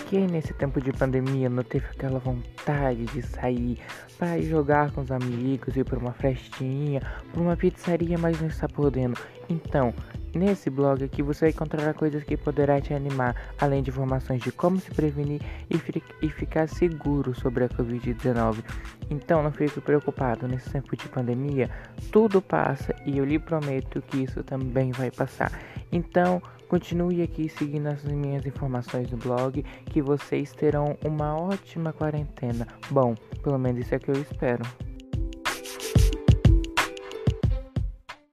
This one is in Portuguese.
Quem nesse tempo de pandemia não teve aquela vontade de sair para jogar com os amigos, ir para uma festinha, para uma pizzaria, mas não está podendo? Então, nesse blog aqui você vai encontrar coisas que poderá te animar, além de informações de como se prevenir e ficar seguro sobre a Covid-19. Então, não fique preocupado, nesse tempo de pandemia, tudo passa e eu lhe prometo que isso também vai passar. Então, continue aqui seguindo as minhas informações no blog, que vocês terão uma ótima quarentena. Bom, pelo menos isso é o que eu espero.